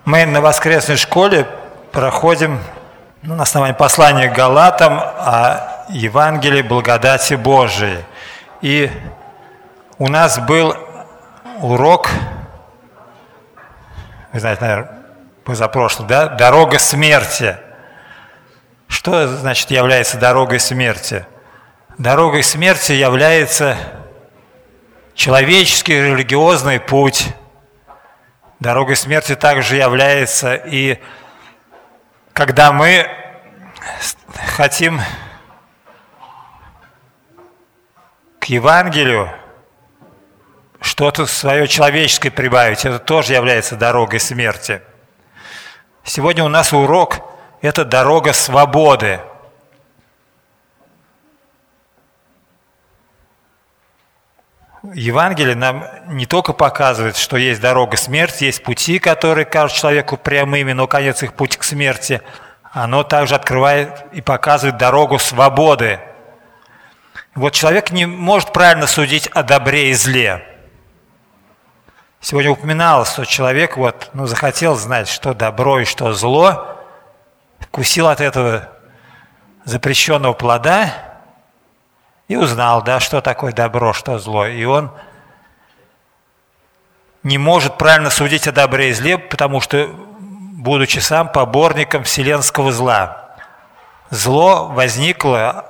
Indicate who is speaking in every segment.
Speaker 1: Мы на воскресной школе проходим на основании послания к Галатам о Евангелии благодати Божией. И у нас был урок, вы знаете, наверное, позапрошлый, да? Дорога смерти. Что значит является дорогой смерти? Дорогой смерти является человеческий религиозный путь. Дорогой смерти также является и когда мы хотим к Евангелию что-то свое человеческое прибавить, это тоже является дорогой смерти. Сегодня у нас урок – это дорога свободы. Евангелие нам не только показывает, что есть дорога смерти, есть пути, которые кажутся человеку прямыми, но конец их путь к смерти. Оно также открывает и показывает дорогу свободы. Вот человек не может правильно судить о добре и зле. Сегодня упоминалось, что человек захотел знать, что добро и что зло, вкусил от этого запрещенного плода и узнал, что такое добро, что зло. И он не может правильно судить о добре и зле, потому что, будучи сам поборником вселенского зла, зло возникло,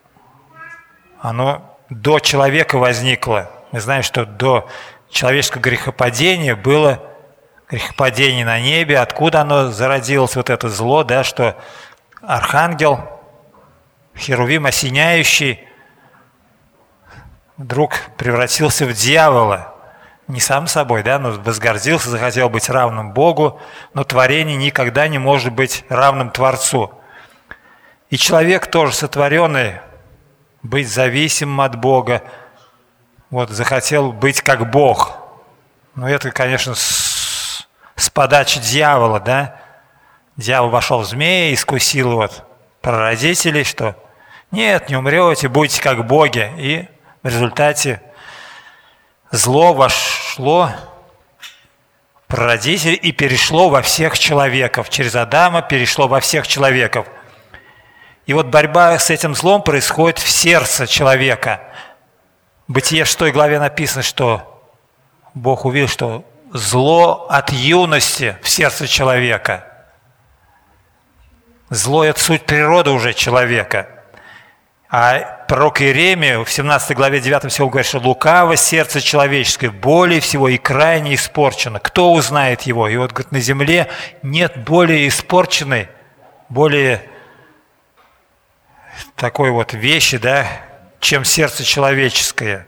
Speaker 1: оно до человека возникло. Мы знаем, что до человеческого грехопадения было грехопадение на небе. Откуда оно зародилось, это зло, что архангел, херувим осеняющий, вдруг превратился в дьявола. Не сам собой, но возгордился, захотел быть равным Богу, но творение никогда не может быть равным Творцу. И человек тоже сотворенный, быть зависимым от Бога, захотел быть как Бог. Но это, конечно, с подачи дьявола, Дьявол вошел в змея, искусил прародителей, что нет, не умрете, будете как боги. И в результате зло вошло в прародителей и перешло во всех человеков. Через Адама перешло во всех человеков. И борьба с этим злом происходит в сердце человека. В Бытие 6 главе написано, что Бог увидел, что зло от юности в сердце человека. Зло – это суть природы уже человека. А пророк Иеремия в 17 главе 9 стиху говорит, что лукаво сердце человеческое, более всего и крайне испорчено. Кто узнает его? И говорит, на земле нет более испорченной, более такой вещи, чем сердце человеческое.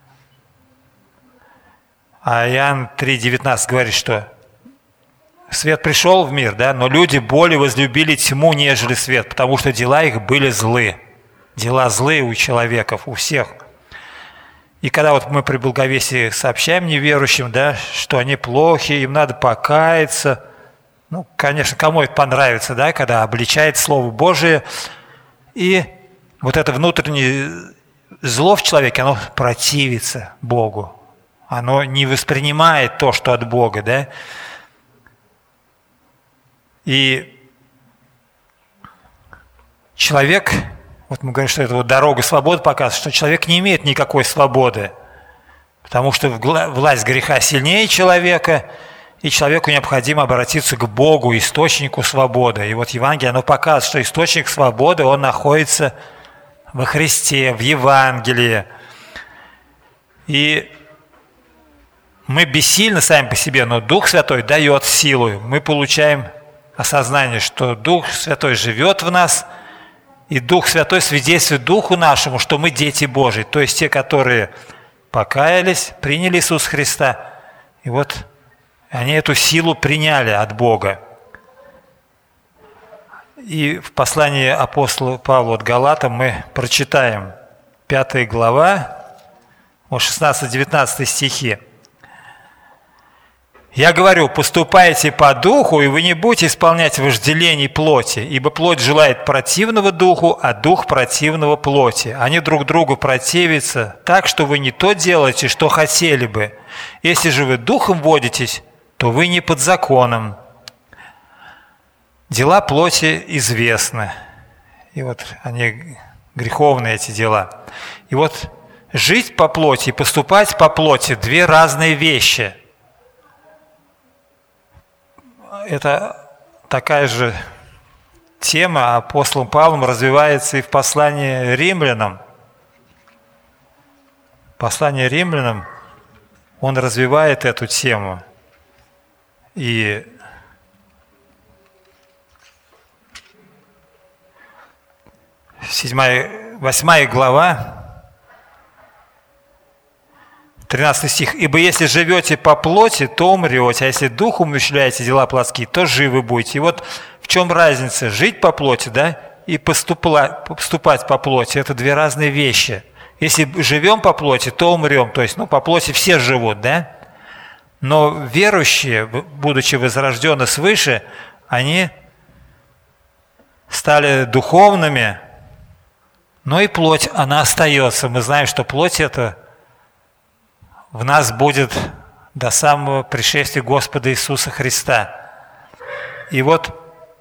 Speaker 1: А Иоанн 3,19 говорит, что свет пришел в мир, но люди более возлюбили тьму, нежели свет, потому что дела их были злы. Дела злые у человеков, у всех. И когда мы при благовестии сообщаем неверующим, что они плохи, им надо покаяться, конечно, кому это понравится, когда обличает Слово Божие, и это внутреннее зло в человеке, оно противится Богу, оно не воспринимает то, что от Бога, И человек... мы говорим, что это дорога свободы показывает, что человек не имеет никакой свободы, потому что власть греха сильнее человека, и человеку необходимо обратиться к Богу, источнику свободы. И Евангелие, оно показывает, что источник свободы, он находится во Христе, в Евангелии. И мы бессильны сами по себе, но Дух Святой дает силу. Мы получаем осознание, что Дух Святой живет в нас, и Дух Святой свидетельствует Духу нашему, что мы дети Божьи, то есть те, которые покаялись, приняли Иисуса Христа, и они эту силу приняли от Бога. И в послании апостола Павла к Галатам мы прочитаем 5 глава, 16-19 стихи. «Я говорю, поступайте по духу, и вы не будете исполнять вожделений плоти, ибо плоть желает противного духу, а дух противного плоти. Они друг другу противятся, так что вы не то делаете, что хотели бы. Если же вы духом водитесь, то вы не под законом. Дела плоти известны. И вот они греховные, эти дела. И вот жить по плоти и поступать по плоти – две разные вещи. Это такая же тема апостолом Павлом развивается и в послании римлянам. Послание римлянам, он развивает эту тему. И 8 глава, 13 стих. «Ибо если живете по плоти, то умрете, а если духом умышляете дела плотские, то живы будете». И вот в чем разница? Жить по плоти, да, и поступать по плоти – это две разные вещи. Если живем по плоти, то умрем. То есть, по плоти все живут, да? Но верующие, будучи возрождены свыше, они стали духовными, но и плоть, она остается. Мы знаем, что плоть это в нас будет до самого пришествия Господа Иисуса Христа. И вот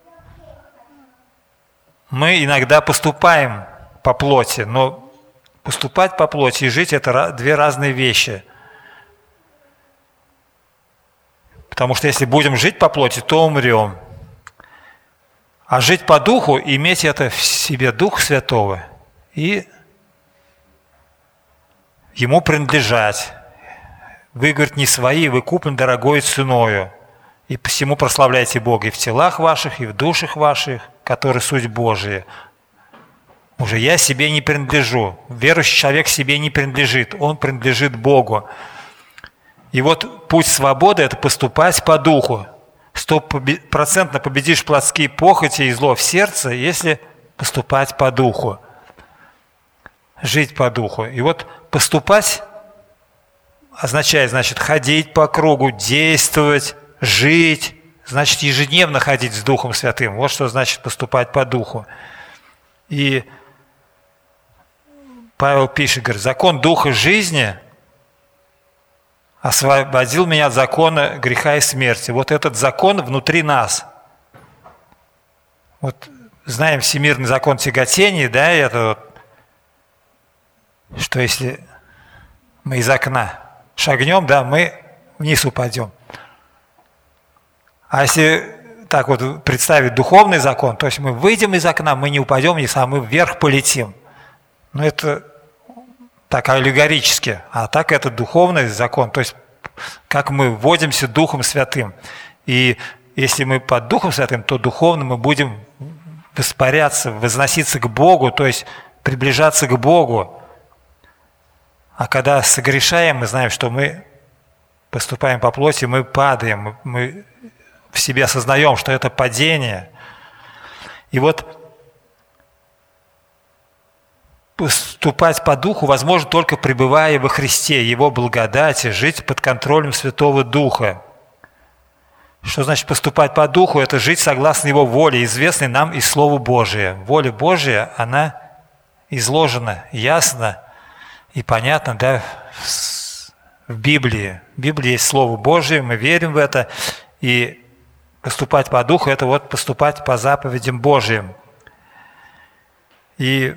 Speaker 1: мы иногда поступаем по плоти, но поступать по плоти и жить – это две разные вещи. Потому что если будем жить по плоти, то умрем. А жить по духу, иметь это в себе Дух Святого и Ему принадлежать. Вы, говорит, не свои, вы куплены дорогой ценою. И посему прославляйте Бога и в телах ваших, и в душах ваших, которые суть Божия. Уже я себе не принадлежу. Верующий человек себе не принадлежит. Он принадлежит Богу. И вот путь свободы – это поступать по духу. 100% победишь плотские похоти и зло в сердце, если поступать по духу. Жить по духу. И вот поступать означает, значит, ходить по кругу, действовать, жить, значит, ежедневно ходить с Духом Святым. Вот что значит поступать по духу. И Павел пишет, говорит, закон Духа жизни освободил меня от закона греха и смерти. Вот этот закон внутри нас. Вот знаем всемирный закон тяготения, да, это вот, что если мы из окна шагнем, да, мы вниз упадем. А если так вот представить духовный закон, то есть мы выйдем из окна, мы не упадем вниз, а мы вверх полетим. Но это так аллегорически, а так это духовный закон, то есть как мы вводимся Духом Святым. И если мы под Духом Святым, то духовно мы будем воспаряться, возноситься к Богу, то есть приближаться к Богу. А когда согрешаем, мы знаем, что мы поступаем по плоти, мы падаем, мы в себе осознаем, что это падение. И вот поступать по духу возможно только пребывая во Христе, Его благодати, жить под контролем Святого Духа. Что значит поступать по духу? Это жить согласно Его воле, известной нам из Слова Божия. Воля Божия, она изложена ясно и понятно, да, в Библии. В Библии есть Слово Божие, мы верим в это, и поступать по духу – это вот поступать по заповедям Божьим. И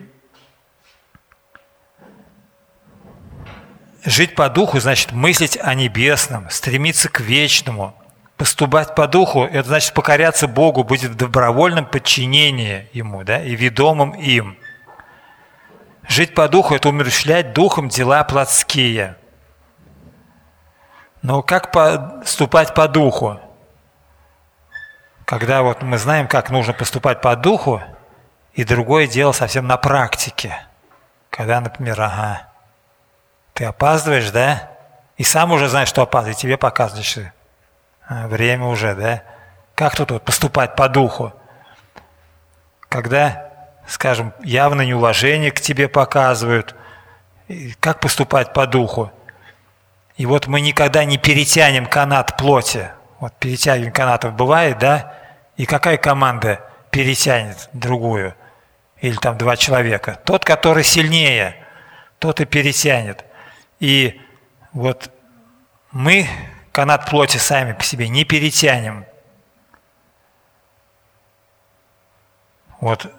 Speaker 1: жить по духу значит мыслить о небесном, стремиться к вечному. Поступать по духу – это значит покоряться Богу, быть в добровольном подчинении Ему, да, и ведомым им. Жить по духу – это умерщвлять духом дела плотские. Но как поступать по духу? Когда вот мы знаем, как нужно поступать по духу, и другое дело совсем на практике. Когда, например, ты опаздываешь, да, и сам уже знаешь, что опаздываешь, тебе показываешь, время уже, да. Как тут вот поступать по духу? Когда, скажем, явное неуважение к тебе показывают, как поступать по духу? И вот мы никогда не перетянем канат плоти. Вот перетягивание канатов бывает, да? И какая команда перетянет другую? Или там два человека? Тот, который сильнее, тот и перетянет. И вот мы канат плоти сами по себе не перетянем. Вот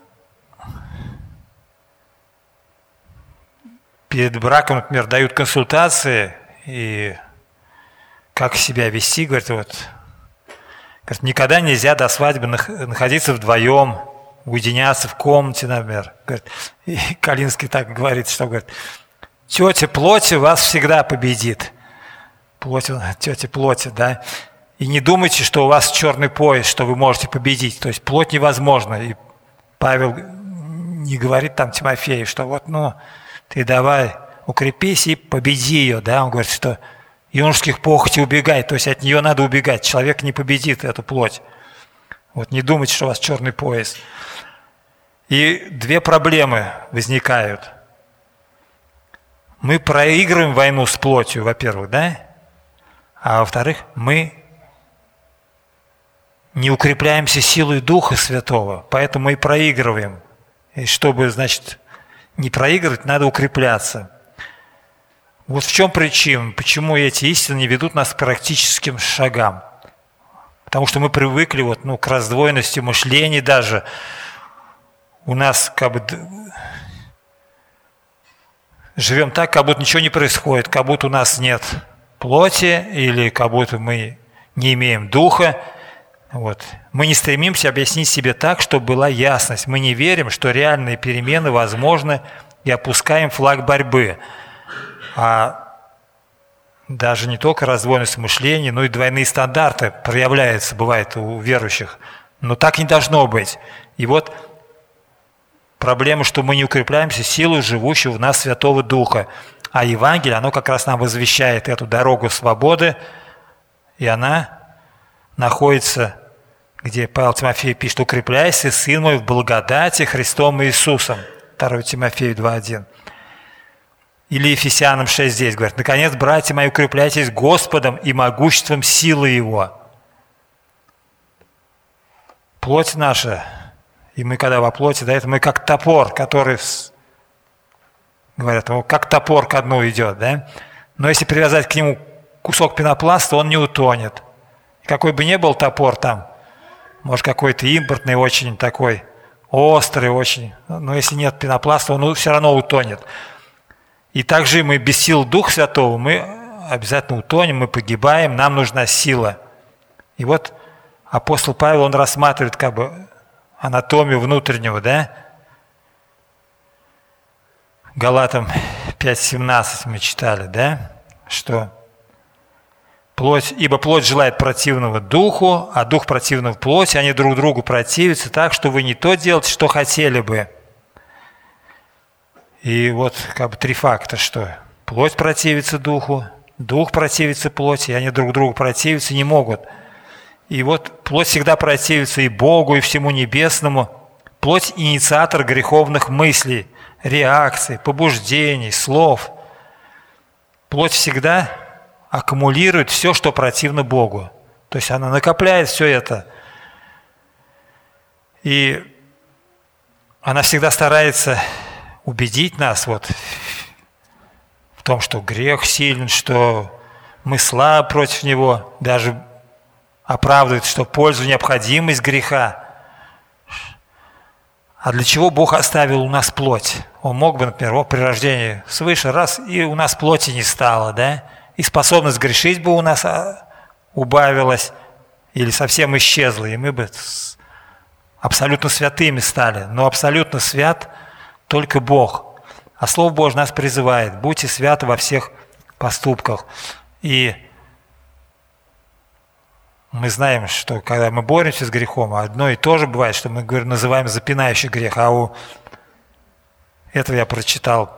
Speaker 1: перед браком, например, дают консультации, и как себя вести, говорят, вот, говорят, никогда нельзя до свадьбы находиться вдвоем, уединяться в комнате, например. Говорит, и Калинский так говорит, что говорит, тетя плоти вас всегда победит. Тетя плоти, да. И не думайте, что у вас черный пояс, что вы можете победить. То есть плоть невозможно. И Павел не говорит там Тимофею, что вот, ты давай укрепись и победи ее, да. Он говорит, что юношеских похотей убегай, то есть от нее надо убегать. Человек не победит эту плоть. Вот не думайте, что у вас черный пояс. И две проблемы возникают. Мы проигрываем войну с плотью, во-первых, да? А во-вторых, мы не укрепляемся силой Духа Святого, поэтому мы и проигрываем. И чтобы, значит, не проигрывать, надо укрепляться. Вот в чем причина, почему эти истины не ведут нас к практическим шагам. Потому что мы привыкли к раздвоенности мышления даже. У нас живем так, как будто ничего не происходит, как будто у нас нет плоти, или как будто мы не имеем духа. Вот. Мы не стремимся объяснить себе так, чтобы была ясность. Мы не верим, что реальные перемены возможны, и опускаем флаг борьбы. А даже не только раздвоенность мышления, но и двойные стандарты проявляются, бывает, у верующих. Но так не должно быть. И вот проблема, что мы не укрепляемся силой живущего в нас Святого Духа. А Евангелие, оно как раз нам возвещает эту дорогу свободы, и она находится, где Павел Тимофею пишет, «Укрепляйся, сын мой, в благодати Христом Иисусом». 2 Тимофею 2:1. Или Ефесянам 6:10 говорит, «Наконец, братья мои, укрепляйтесь Господом и могуществом силы Его». Плоть наша, и мы когда во плоти, да, это мы как топор, который, говорят, как топор ко дну идет, да? Но если привязать к нему кусок пенопласта, он не утонет. Какой бы ни был топор там, может какой-то импортный, очень такой острый, очень, но если нет пенопласта, он все равно утонет. И также мы без сил Духа Святого, мы обязательно утонем, мы погибаем, нам нужна сила. И вот апостол Павел, он рассматривает анатомию внутреннего, да? Галатам 5:17 мы читали, да? Что ибо плоть желает противного духу, а дух противного плоти, они друг другу противятся так, что вы не то делаете, что хотели бы. И вот три факта, что плоть противится духу, дух противится плоти, и они друг другу противиться не могут. И вот плоть всегда противится и Богу, и всему небесному. Плоть – инициатор греховных мыслей, реакций, побуждений, слов. Плоть всегда аккумулирует все, что противно Богу. То есть она накопляет все это. И она всегда старается убедить нас в том, что грех силен, что мы слабы против него, даже оправдывает, что пользу, необходимость греха. А для чего Бог оставил у нас плоть? Он мог бы, например, при рождении свыше, раз, и у нас плоти не стало, да? И способность грешить бы у нас убавилась или совсем исчезла, и мы бы абсолютно святыми стали. Но абсолютно свят только Бог. А Слово Божье нас призывает: будьте святы во всех поступках. И мы знаем, что когда мы боремся с грехом, одно и то же бывает, что мы называем запинающий грех, а у этого я прочитал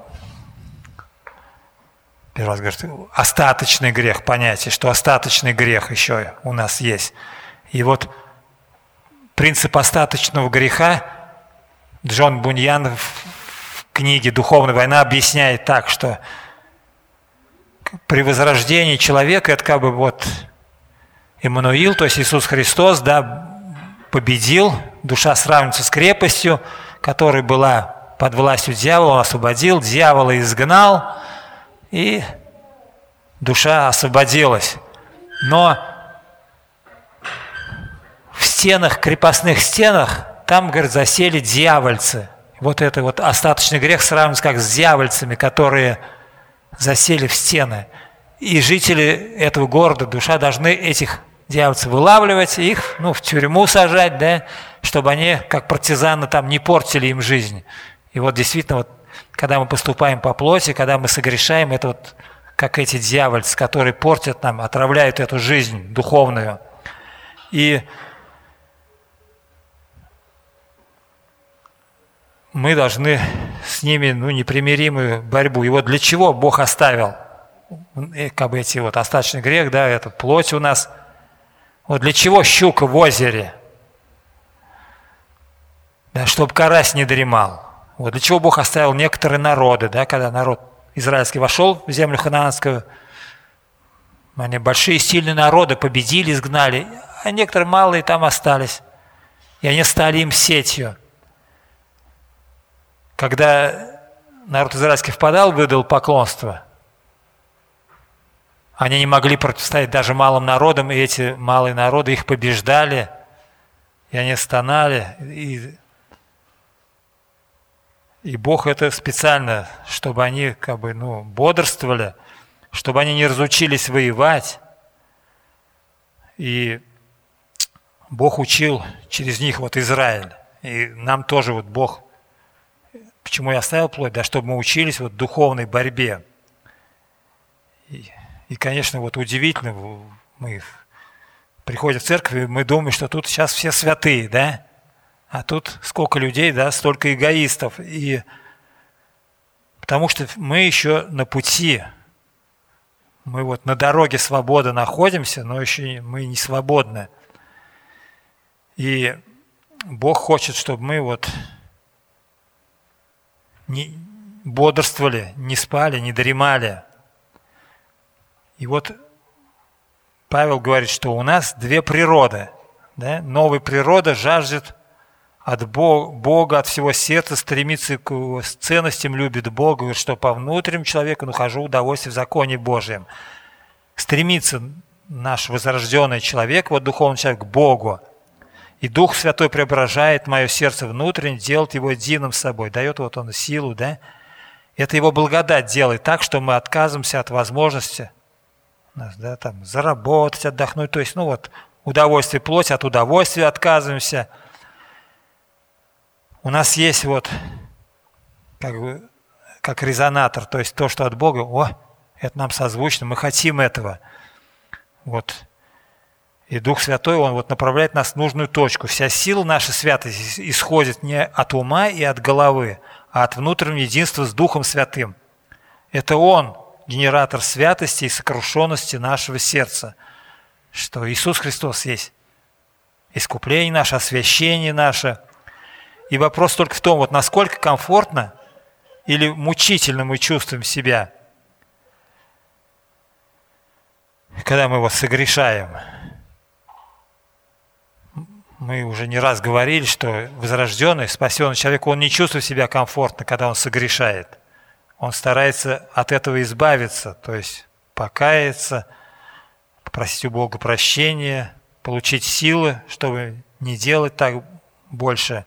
Speaker 1: первый раз, говорит, остаточный грех, понятие, что остаточный грех еще у нас есть. И вот принцип остаточного греха Джон Буньян в книге «Духовная война» объясняет так, что при возрождении человека это как бы вот Эммануил, то есть Иисус Христос, да, победил, душа сравнится с крепостью, которая была под властью дьявола, он освободил, дьявола изгнал, и душа освободилась. Но в стенах, крепостных стенах, там, говорит, засели дьявольцы. Вот это вот остаточный грех сравнивается как с дьявольцами, которые засели в стены. И жители этого города, душа, должны этих дьявольцев вылавливать, их в тюрьму сажать, да, чтобы они, как партизаны, там не портили им жизнь. И вот действительно, вот, когда мы поступаем по плоти, когда мы согрешаем, это вот как эти дьявольцы, которые портят нам, отравляют эту жизнь духовную. И мы должны с ними непримиримую борьбу. И вот для чего Бог оставил как бы эти вот остаточный грех, да, эту плоть у нас. Вот для чего щука в озере? Да, чтобы карась не дремал. Вот для чего Бог оставил некоторые народы, да, когда народ израильский вошел в землю ханаанскую, они большие сильные народы победили, изгнали, а некоторые малые там остались. И они стали им сетью. Когда народ израильский впадал в идолопоклонство, они не могли противостоять даже малым народам, и эти малые народы их побеждали, и они стонали. И Бог это специально, чтобы они как бы бодрствовали, чтобы они не разучились воевать. И Бог учил через них вот Израиль. И нам тоже вот Бог, почему я оставил плоть, да, чтобы мы учились вот духовной борьбе. И, конечно, вот удивительно, мы приходим в церковь, и мы думаем, что тут сейчас все святые, да? А тут сколько людей, да, столько эгоистов. И потому что мы еще на пути, мы вот на дороге свободы находимся, но еще мы не свободны. И Бог хочет, чтобы мы вот не бодрствовали, не спали, не дремали. И вот Павел говорит, что у нас две природы. Да? Новая природа жаждет от Бога, от всего сердца, стремится к ценностям, любит Бога, говорит, что по внутреннему человеку нахожу удовольствие в законе Божьем. Стремится наш возрожденный человек, вот духовный человек, к Богу. И Дух Святой преображает мое сердце внутренне, делает его единым с собой, дает вот он силу, да? Это его благодать делает так, что мы отказываемся от возможности, да, там, заработать, отдохнуть, то есть, удовольствие плоти, от удовольствия отказываемся. У нас есть вот как резонатор, то есть то, что от Бога, это нам созвучно, мы хотим этого. Вот. И Дух Святой, Он вот направляет нас в нужную точку. Вся сила нашей святости исходит не от ума и от головы, а от внутреннего единства с Духом Святым. Это Он генератор святости и сокрушенности нашего сердца, что Иисус Христос есть искупление наше, освящение наше. И вопрос только в том, вот насколько комфортно или мучительно мы чувствуем себя, когда мы вот согрешаем. Мы уже не раз говорили, что возрожденный, спасенный человек, он не чувствует себя комфортно, когда он согрешает. Он старается от этого избавиться, то есть покаяться, попросить у Бога прощения, получить силы, чтобы не делать так больше.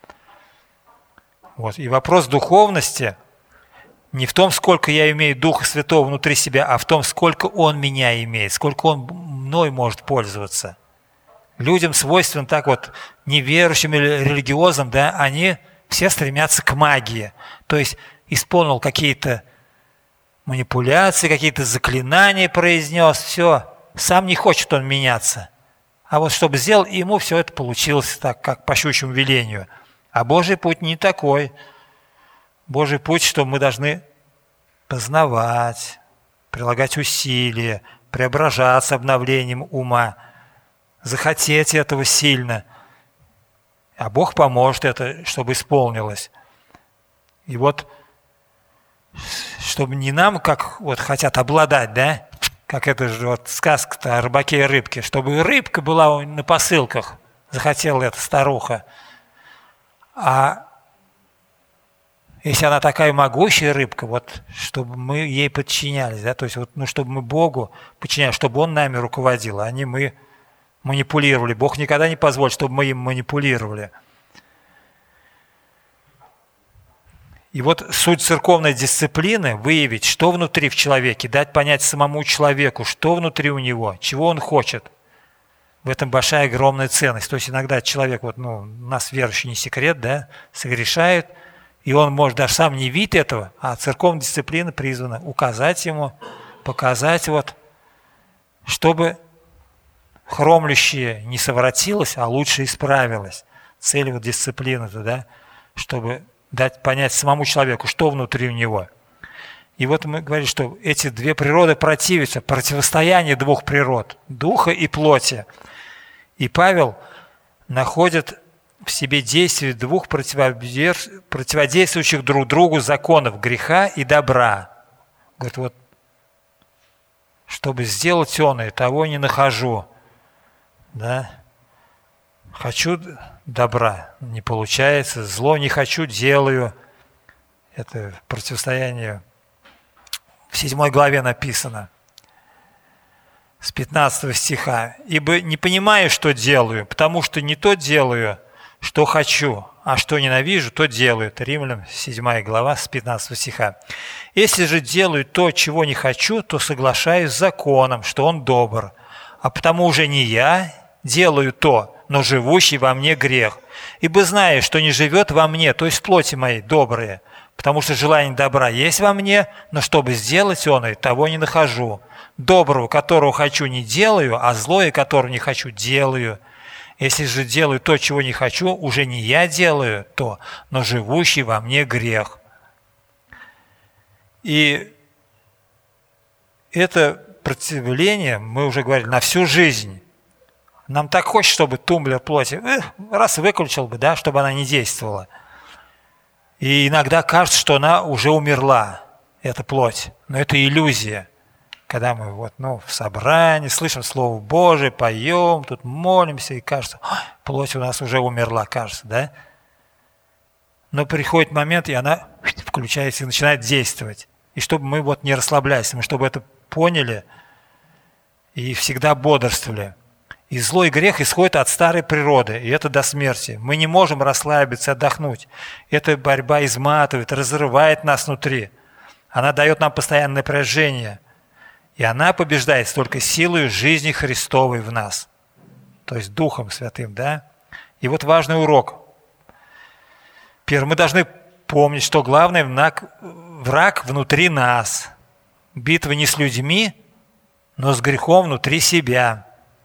Speaker 1: Вот. И вопрос духовности не в том, сколько я имею Духа Святого внутри себя, а в том, сколько Он меня имеет, сколько Он мной может пользоваться. Людям свойственно так вот, неверующим или религиозным, да, они все стремятся к магии. То есть исполнил какие-то манипуляции, какие-то заклинания произнес, все, сам не хочет он меняться. А вот чтобы сделал, ему все это получилось так, как по щучьему велению. А Божий путь не такой. Божий путь, что мы должны познавать, прилагать усилия, преображаться обновлением ума, захотеть этого сильно. А Бог поможет это, чтобы исполнилось. И вот, чтобы не нам, как вот хотят обладать, да, как это же вот сказка-то о рыбаке и рыбке, чтобы рыбка была на посылках, захотела эта старуха. А если она такая могущая рыбка, вот, чтобы мы ей подчинялись, да, то есть вот, чтобы мы Богу подчинялись, чтобы Он нами руководил, а не мы манипулировали. Бог никогда не позволит, чтобы мы им манипулировали. И вот суть церковной дисциплины – выявить, что внутри в человеке, дать понять самому человеку, что внутри у него, чего он хочет. В этом большая огромная ценность. То есть иногда человек, вот, у нас верующий не секрет, да, согрешает, и он может даже сам не видеть этого, а церковная дисциплина призвана указать ему, показать, чтобы хромлющее не совратилось, а лучше исправилось. Цель дисциплины, да, чтобы дать понять самому человеку, что внутри у него. И вот мы говорим, что эти две природы противятся, противостояние двух природ, духа и плоти. И Павел находит в себе действие двух противодействующих друг другу законов греха и добра. Говорит, чтобы сделать оное, того не нахожу. Да? Хочу добра, не получается, зло не хочу, делаю. Это противостояние в 7 главе написано, с 15 стиха. «Ибо не понимаю, что делаю, потому что не то делаю, что хочу, а что ненавижу, то делаю». Это Римлянам 7 глава, с 15 стиха. «Если же делаю то, чего не хочу, то соглашаюсь с законом, что он добр. А потому уже не я делаю то, но живущий во мне грех. Ибо знаю, что не живет во мне, то есть в плоти моей, доброе, потому что желание добра есть во мне, но чтобы сделать оно, того не нахожу. Доброго, которого хочу, не делаю, а злое, которого не хочу, делаю. Если же делаю то, чего не хочу, уже не я делаю то, но живущий во мне грех». И это противление, мы уже говорили, на всю жизнь. Нам так хочется, чтобы тумблер плоти раз выключил бы, да, чтобы она не действовала. И иногда кажется, что она уже умерла, эта плоть. Но это иллюзия. Когда мы в собрании слышим Слово Божие, поем, тут молимся, и кажется, плоть у нас уже умерла, кажется, да? Но приходит момент, и она включается и начинает действовать. И чтобы мы не расслаблялись, мы чтобы это поняли и всегда бодрствовали. И зло и грех исходят от старой природы, и это до смерти. Мы не можем расслабиться, отдохнуть. Эта борьба изматывает, разрывает нас внутри. Она дает нам постоянное напряжение. И она побеждает только силой жизни Христовой в нас. То есть Духом Святым, да? И вот важный урок. Первый, мы должны помнить, что главный враг внутри нас. Битва не с людьми, но с грехом внутри себя.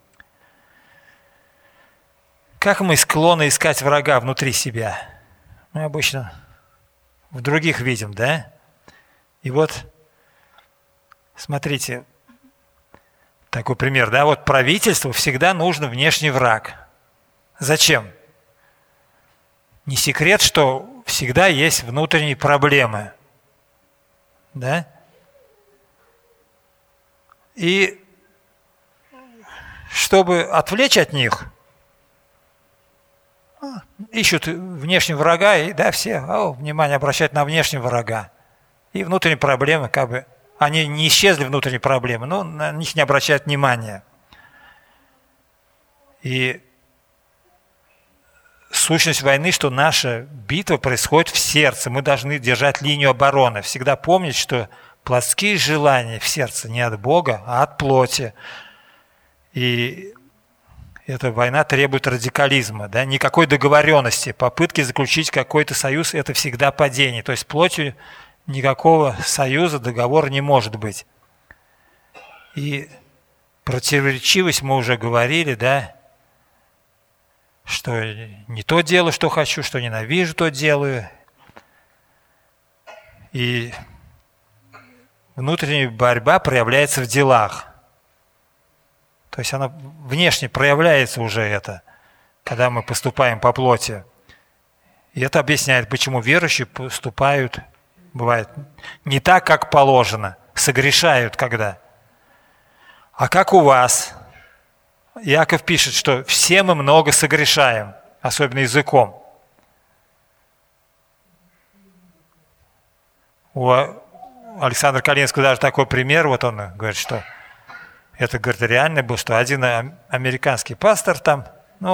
Speaker 1: Как мы склонны искать врага внутри себя? Мы обычно в других видим, да? И смотрите, такой пример, да? Правительству всегда нужен внешний враг. Зачем? Не секрет, что всегда есть внутренние проблемы, да? И чтобы отвлечь от них, ищут внешнего врага, и все внимание обращают на внешнего врага. И внутренние проблемы, они не исчезли, внутренние проблемы, но на них не обращают внимания. И сущность войны, что наша битва происходит в сердце. Мы должны держать линию обороны. Всегда помнить, что плотские желания в сердце не от Бога, а от плоти. И эта война требует радикализма, да? Никакой договоренности. Попытки заключить какой-то союз – это всегда падение. То есть плотью никакого союза, договора не может быть. И противоречивость мы уже говорили, да? Что не то делаю, что хочу, что ненавижу, то делаю. И внутренняя борьба проявляется в делах. То есть она внешне проявляется уже это, когда мы поступаем по плоти. И это объясняет, почему верующие поступают, бывает, не так, как положено, согрешают когда. А как у вас? Иаков пишет, что все мы много согрешаем, особенно языком. У Александра Калинского даже такой пример, он говорит, что это, говорит, реально был, что один американский пастор там,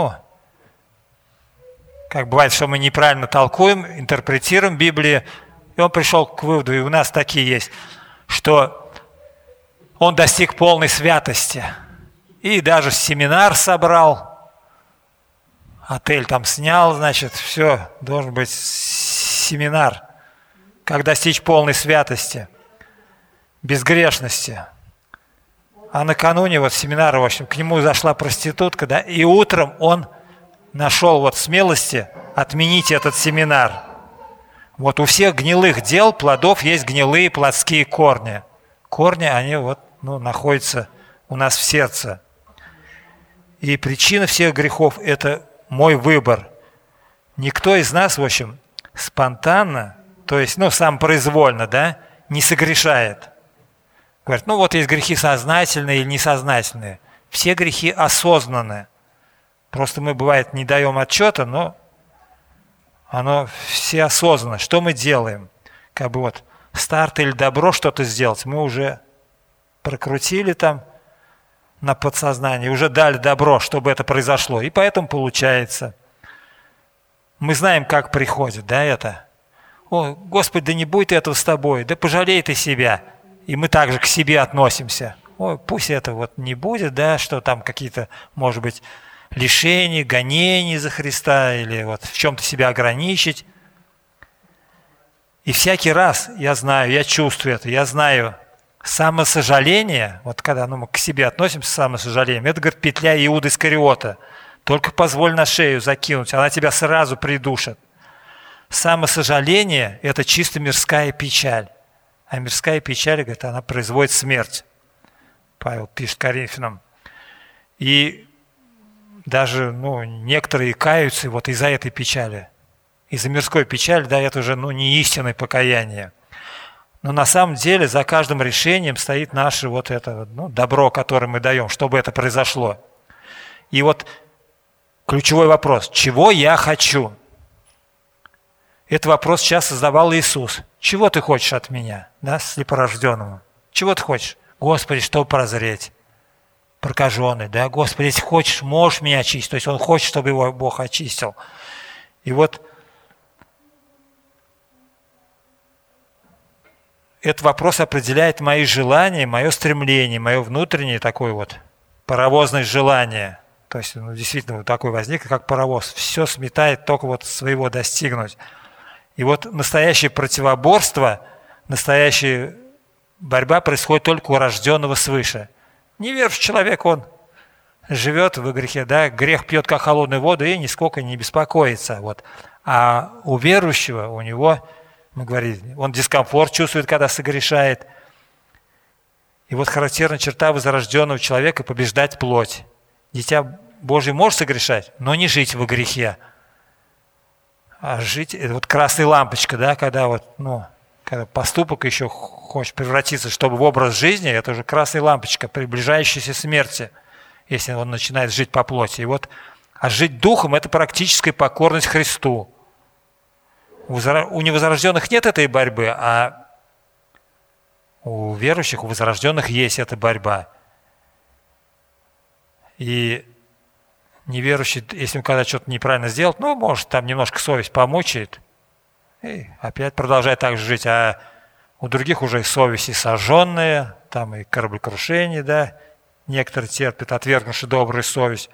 Speaker 1: как бывает, что мы неправильно толкуем, интерпретируем Библию, И он пришел к выводу, и у нас такие есть, что он достиг полной святости. И даже семинар собрал, отель там снял, значит, все, должен быть семинар, как достичь полной святости, безгрешности. А накануне вот семинара, в общем, к нему зашла проститутка, да, и утром он нашел вот смелости отменить этот семинар. Вот у всех гнилых дел, плодов есть гнилые плотские корни. Корни, они вот, находятся у нас в сердце. И причина всех грехов – это мой выбор. Никто из нас, в общем, спонтанно, то есть, самопроизвольно, да, не согрешает. Говорят, вот есть грехи сознательные или несознательные. Все грехи осознанные. Просто мы, бывает, не даем отчета, но оно все осознанно. Что мы делаем? Как бы вот старт или добро что-то сделать, мы уже прокрутили там на подсознании, уже дали добро, чтобы это произошло. И поэтому получается. Мы знаем, как приходит, да, это. О, Господи, да не будет этого с тобой, да пожалей ты себя. И мы также к себе относимся. Ой, пусть это вот не будет, да, что там какие-то, может быть, лишения, гонения за Христа или вот в чем-то себя ограничить. И всякий раз я знаю, я чувствую это, я знаю самосожаление, вот когда мы к себе относимся с самосожалением, это, говорит, петля Иуды Искариота. Только позволь на шею закинуть, она тебя сразу придушит. Самосожаление – это чисто мирская печаль. А мирская печаль, говорит, она производит смерть. Павел пишет Коринфянам. И даже некоторые каются вот из-за этой печали. Из-за мирской печали, да, это уже не истинное покаяние. Но на самом деле за каждым решением стоит наше вот это добро, которое мы даем, чтобы это произошло. И вот ключевой вопрос, чего я хочу? Этот вопрос часто задавал Иисус. Чего ты хочешь от меня, да, слепорожденному? Чего ты хочешь? Господи, чтобы прозреть. Прокаженный, да, Господи, если хочешь, можешь меня очистить. То есть он хочет, чтобы его Бог очистил. И вот этот вопрос определяет мои желания, мое стремление, мое внутреннее такое вот паровозное желание. То есть действительно вот такой возник, как паровоз. Все сметает, только вот своего достигнуть. И вот настоящее противоборство, настоящая борьба происходит только у рожденного свыше. Неверующий человек, он живет в грехе, да, грех пьет как холодную воду и нисколько не беспокоится. Вот. А у верующего, у него, мы говорили, он дискомфорт чувствует, когда согрешает. И вот характерная черта возрожденного человека – побеждать плоть. Дитя Божие может согрешать, но не жить во грехе. А жить, это вот красная лампочка, да, когда когда поступок еще хочет превратиться, чтобы в образ жизни, это уже красная лампочка, приближающаяся смерти, если он начинает жить по плоти. И вот, а жить духом – это практическая покорность Христу. У невозрожденных нет этой борьбы, а у верующих, у возрожденных есть эта борьба. И неверующий, если он когда что-то неправильно сделал, может там немножко совесть помучает, и опять продолжает так же жить. А у других уже совесть и сожженные, там и кораблекрушение, да, некоторые терпят, отвергнувши добрую совесть.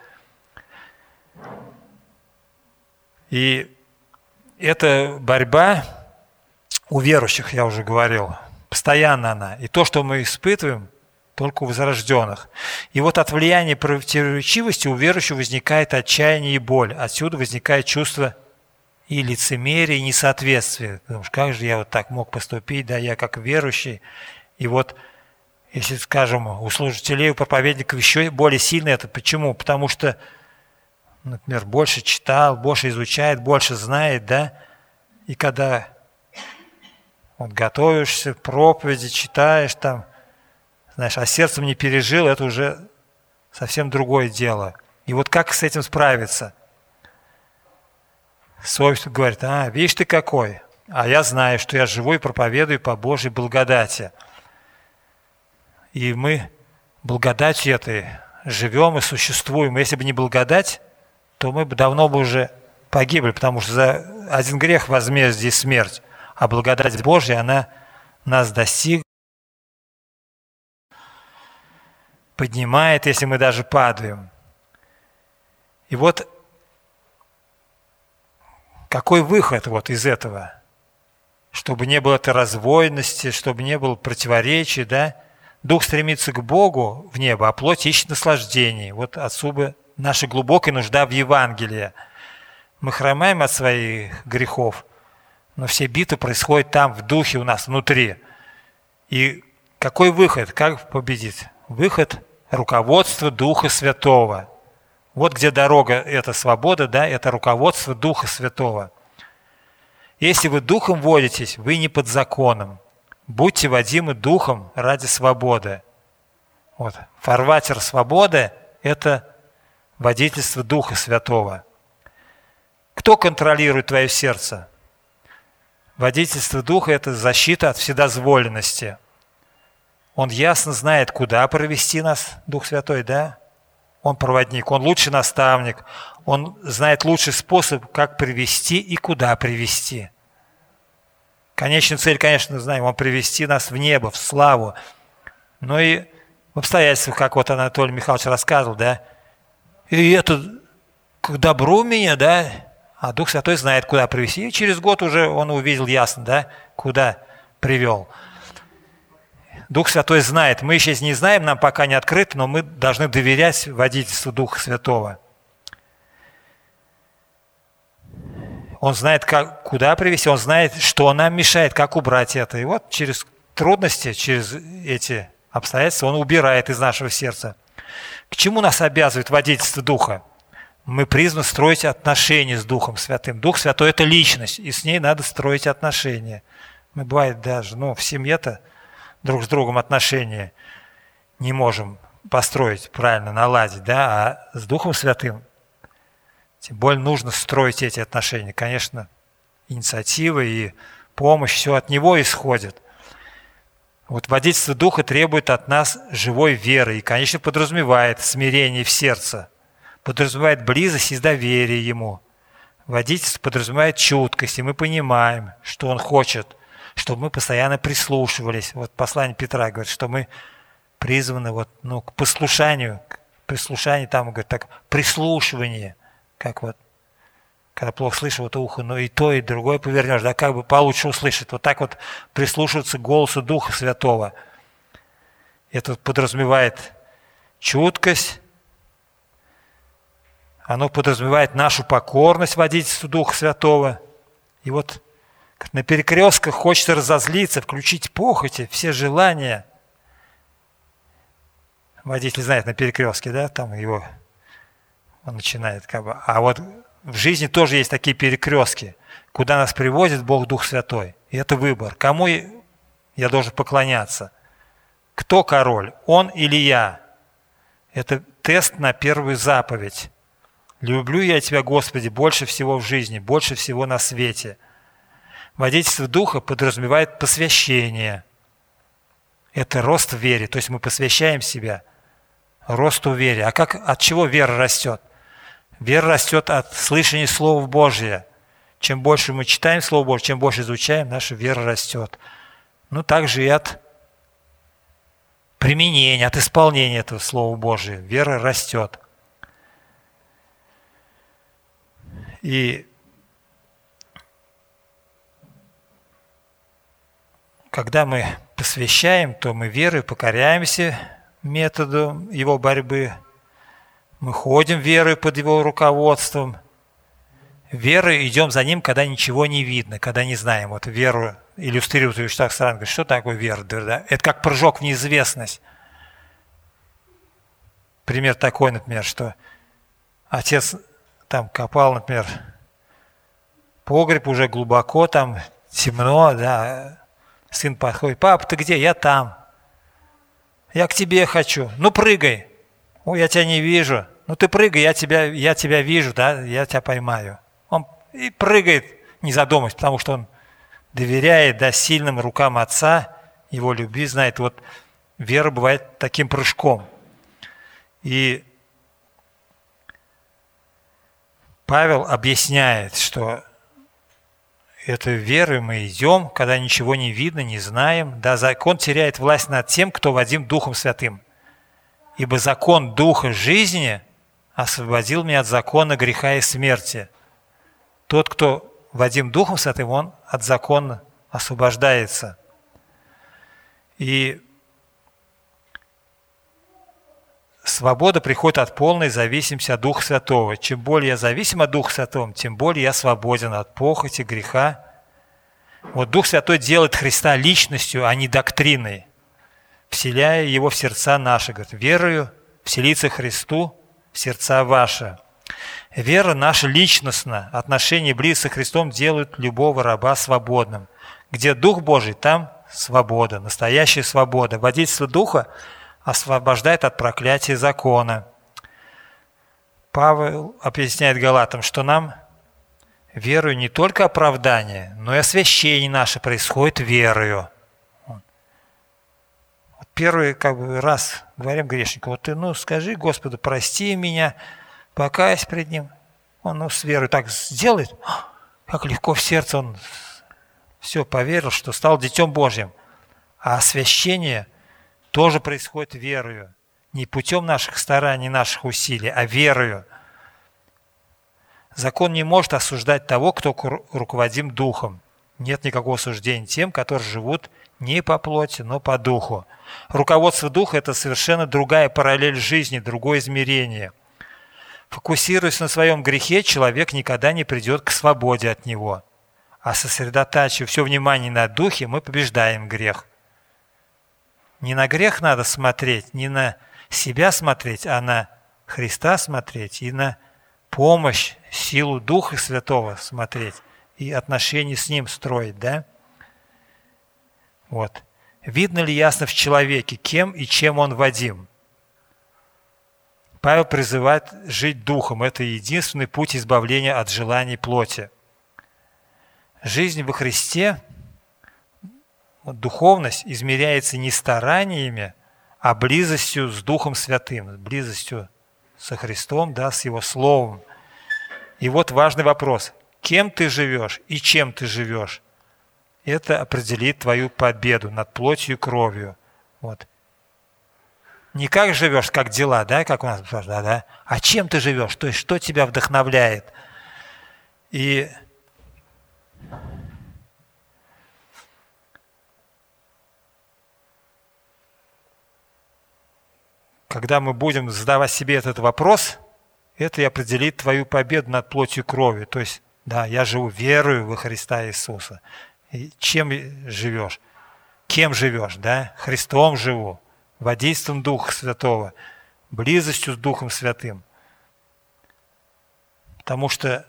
Speaker 1: И эта борьба у верующих, я уже говорил, постоянно она. И то, что мы испытываем, только у возрожденных. И вот от влияния противоречивости у верующего возникает отчаяние и боль. Отсюда возникает чувство и лицемерия, и несоответствия. Потому что как же я вот так мог поступить, да, я как верующий. И вот, если, скажем, у служителей, у проповедников еще более сильно это. Почему? Потому что, например, больше читал, больше изучает, больше знает, да. И когда вот готовишься, проповеди читаешь там, знаешь, а сердцем не пережил, это уже совсем другое дело. И вот как с этим справиться? Совесть говорит, видишь ты какой, а я знаю, что я живу и проповедую по Божьей благодати. И мы благодатью этой живем и существуем. Если бы не благодать, то мы бы давно бы уже погибли, потому что за один грех возмездие смерть. а благодать Божья, она нас достигла, поднимает, если мы даже падаем. И вот какой выход вот из этого? Чтобы не было этой разбойности, чтобы не было противоречий, да? Дух стремится к Богу в небо, а плоть ищет наслаждений. Вот отсюда наша глубокая нужда в Евангелии. Мы хромаем от своих грехов, но все битвы происходят там, в духе у нас, внутри. И какой выход? Как победить? Выход – руководство Духа Святого. Вот где дорога – это свобода, да, это руководство Духа Святого. Если вы Духом водитесь, вы не под законом. Будьте водимы Духом ради свободы. Вот. Фарватер свободы – это водительство Духа Святого. Кто контролирует твое сердце? Водительство Духа – это защита от вседозволенности. Он ясно знает, куда провести нас, Дух Святой, да? Он проводник, он лучший наставник, он знает лучший способ, как привести и куда привести. Конечную цель, конечно, знаем, он привести нас в небо, в славу. Но и в обстоятельствах, как вот Анатолий Михайлович рассказывал, да, и это к добру меня, да, а Дух Святой знает, куда привести. И через год уже он увидел ясно, да, куда привел. Дух Святой знает. Мы сейчас не знаем, нам пока не открыто, но мы должны доверять водительству Духа Святого. Он знает, куда привести, он знает, что нам мешает, как убрать это. И вот через трудности, через эти обстоятельства он убирает из нашего сердца. К чему нас обязывает водительство Духа? Мы призваны строить отношения с Духом Святым. Дух Святой – это личность, и с ней надо строить отношения. Мы, бывает, даже в семье-то друг с другом отношения не можем построить, правильно наладить, да, а с Духом Святым тем более нужно строить эти отношения. Конечно, инициатива и помощь, все от Него исходит. Вот водительство Духа требует от нас живой веры и, конечно, подразумевает смирение в сердце, подразумевает близость и доверие Ему. Водительство подразумевает чуткость, и мы понимаем, что Он хочет, чтобы мы постоянно прислушивались. Вот послание Петра говорит, что мы призваны к послушанию. Прислушание там, говорит, так, прислушивание. Как вот, когда плохо слышишь, вот ухо, но и то, и другое повернешь, да, как бы получше услышать. Вот так вот прислушиваться к голосу Духа Святого. Это подразумевает чуткость, оно подразумевает нашу покорность водительству Духа Святого. И вот на перекрестках хочется разозлиться, включить похоти, все желания. Водитель знает на перекрестке, да, там его он начинает как бы. А вот в жизни тоже есть такие перекрестки, куда нас приводит Бог Дух Святой. И это выбор. Кому я должен поклоняться? Кто король? Он или я? Это тест на первую заповедь. Люблю я Тебя, Господи, больше всего в жизни, больше всего на свете. Водительство Духа подразумевает посвящение. Это рост в вере. То есть мы посвящаем себя росту в вере. А от чего вера растет? Вера растет от слышания Слова Божия. Чем больше мы читаем Слово Божие, чем больше изучаем, наша вера растет. Также и от применения, от исполнения этого Слова Божия. Вера растет. И когда мы посвящаем, то мы верой покоряемся методу Его борьбы. Мы ходим верой под Его руководством. Верой идем за Ним, когда ничего не видно, когда не знаем. Вот веру иллюстрирует Вячеслав Саран, говорит, что такое вера? Да? Это как прыжок в неизвестность. Пример такой, например, что отец там копал, например, погреб уже глубоко, там темно, да, сын подходит, папа, ты где? Я там. Я к тебе хочу. Прыгай. Ой, я тебя не вижу. Ты прыгай, я тебя вижу, да, я тебя поймаю. Он и прыгает, не задумываясь, потому что он доверяет, да, сильным рукам Отца, Его любви, знает. Вот вера бывает таким прыжком. И Павел объясняет, что этой верой мы идем, когда ничего не видно, не знаем. Да, закон теряет власть над тем, кто водим Духом Святым. Ибо закон Духа жизни освободил меня от закона греха и смерти. Тот, кто водим Духом Святым, он от закона освобождается. И свобода приходит от полной зависимости от Духа Святого. Чем более я зависим от Духа Святого, тем более я свободен от похоти, греха. Вот Дух Святой делает Христа личностью, а не доктриной, вселяя Его в сердца наши. Говорит, верою вселиться Христу в сердца ваши. Вера наша личностна, отношения близко со Христом делают любого раба свободным. Где Дух Божий, там свобода, настоящая свобода. Водительство Духа освобождает от проклятия закона. Павел объясняет Галатам, что нам верою не только оправдание, но и освящение наше происходит верою. Первый раз говорим грешнику, вот ты скажи Господу, прости меня, покайся пред Ним. Он с верой так сделает, как легко в сердце он все поверил, что стал Детем Божьим. А освящение тоже происходит верою. Не путем наших стараний, наших усилий, а верою. Закон не может осуждать того, кто руководим Духом. Нет никакого осуждения тем, которые живут не по плоти, но по Духу. Руководство Духа – это совершенно другая параллель жизни, другое измерение. Фокусируясь на своем грехе, человек никогда не придет к свободе от него. А сосредотачивая все внимание на Духе, мы побеждаем грех. Не на грех надо смотреть, не на себя смотреть, а на Христа смотреть и на помощь, силу Духа Святого смотреть и отношения с Ним строить, да? Вот. Видно ли ясно в человеке, кем и чем он водим? Павел призывает жить Духом. Это единственный путь избавления от желаний плоти. Жизнь во Христе, духовность измеряется не стараниями, а близостью с Духом Святым, близостью со Христом, да, с Его Словом. И вот важный вопрос. Кем ты живешь и чем ты живешь? Это определит твою победу над плотью и кровью. Вот. Не как живешь, как дела, да, как у нас, да, а чем ты живешь, то есть что тебя вдохновляет. И когда мы будем задавать себе этот вопрос, это и определит твою победу над плотью и кровью. То есть, да, я живу верою во Христа Иисуса. И чем живешь? Кем живешь, да? Христом живу, водительством Духа Святого, близостью с Духом Святым. Потому что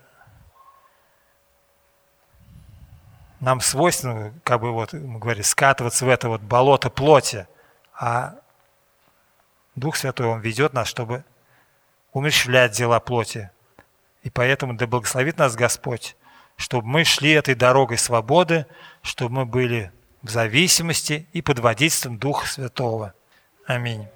Speaker 1: нам свойственно, мы говорим, скатываться в это болото плоти, а Дух Святой, Он ведет нас, чтобы умерщвлять дела плоти. И поэтому да благословит нас Господь, чтобы мы шли этой дорогой свободы, чтобы мы были в зависимости и под водительством Духа Святого. Аминь.